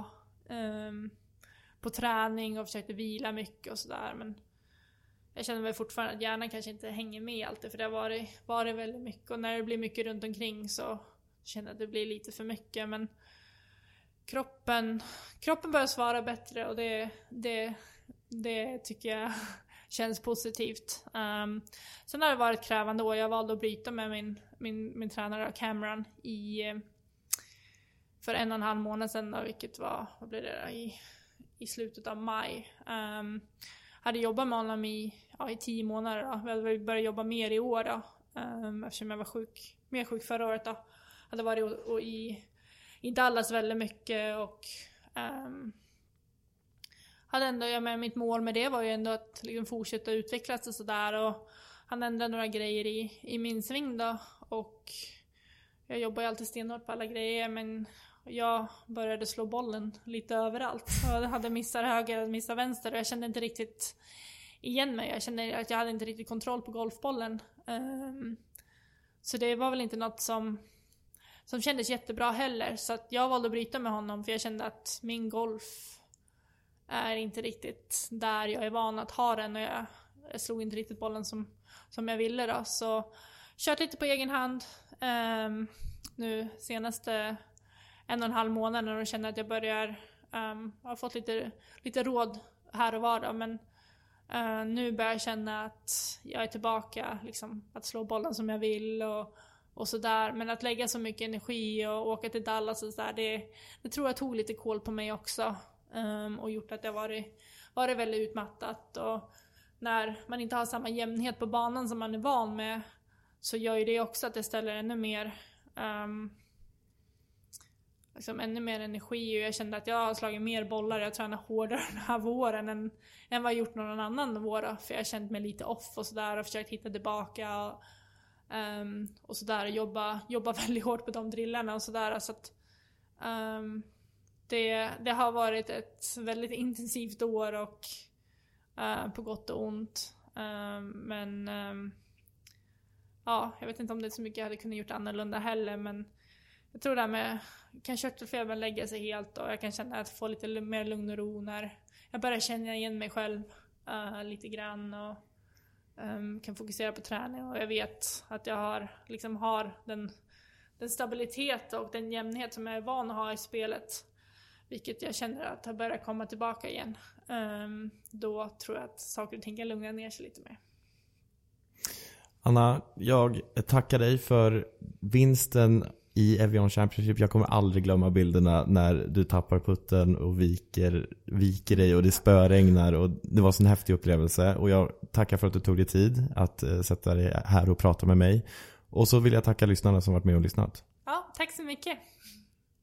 på träning och försökte vila mycket och sådär, men jag känner väl fortfarande att hjärnan kanske inte hänger med alltid, för det har varit väldigt mycket, och när det blir mycket runt omkring så känner jag att det blir lite för mycket, men kroppen börjar svara bättre, och det tycker jag känns positivt. Sen har det varit krävande, och jag valde att bryta med min tränare Cameron för 1,5 månad sedan då, vilket var, vad blir det där, i slutet av maj. Hade jobbat med honom i 10 månader då. Vi började jobba mer i år då, eftersom jag var mer sjuk förra året då. Hade varit i Dallas väldigt mycket, och hade ändå, mitt mål med det var ju ändå att liksom fortsätta utvecklas och sådär, och han ändrade några grejer i min sving då, och jag jobbar ju alltid stenhårt på alla grejer, men jag började slå bollen lite överallt. Jag hade missat höger och missat vänster, och jag kände inte riktigt igen mig. Jag kände att jag hade inte riktigt kontroll på golfbollen. Så det var väl inte något som kändes jättebra heller. Så att jag valde att bryta med honom, för jag kände att min golf är inte riktigt där jag är van att ha den, och jag slog inte riktigt bollen som jag ville då. Så kört lite på egen hand nu senaste 1,5 månader, och känner att jag börjar har fått lite råd här och var då, men nu börjar jag känna att jag är tillbaka liksom, att slå bollen som jag vill och sådär, men att lägga så mycket energi och åka till Dallas och sådär, det tror jag tog lite koll på mig också, och gjort att jag varit väldigt utmattat, och när man inte har samma jämnhet på banan som man är van med, så gör ju det också att det ställer ännu mer ännu mer energi, och jag kände att jag har slagit mer bollar, jag tränar hårdare den här våren än vad jag gjort någon annan vår då, för jag har känt mig lite off och sådär, och försökt hitta tillbaka och sådär, och jobba väldigt hårt på de drillarna och sådär, så att det har varit ett väldigt intensivt år, och på gott och ont, men jag vet inte om det är så mycket jag hade kunnat gjort annorlunda heller, men jag tror det här med kan körtelfebern lägga sig helt, och jag kan känna att jag får lite mer lugn och ro när jag börjar känna igen mig själv lite grann, och kan fokusera på träning, och jag vet att jag har den stabilitet och den jämnhet som jag är van att ha i spelet, vilket jag känner att jag börjar komma tillbaka igen. Då tror jag att saker och ting kan lugna ner sig lite mer. Anna, jag tackar dig för vinsten i Evian Championship. Jag kommer aldrig glömma bilderna när du tappar putten och viker dig och det spöregnar, och det var en sån häftig upplevelse, och jag tackar för att du tog dig tid att sätta dig här och prata med mig, och så vill jag tacka lyssnarna som varit med och lyssnat. Ja, tack så mycket.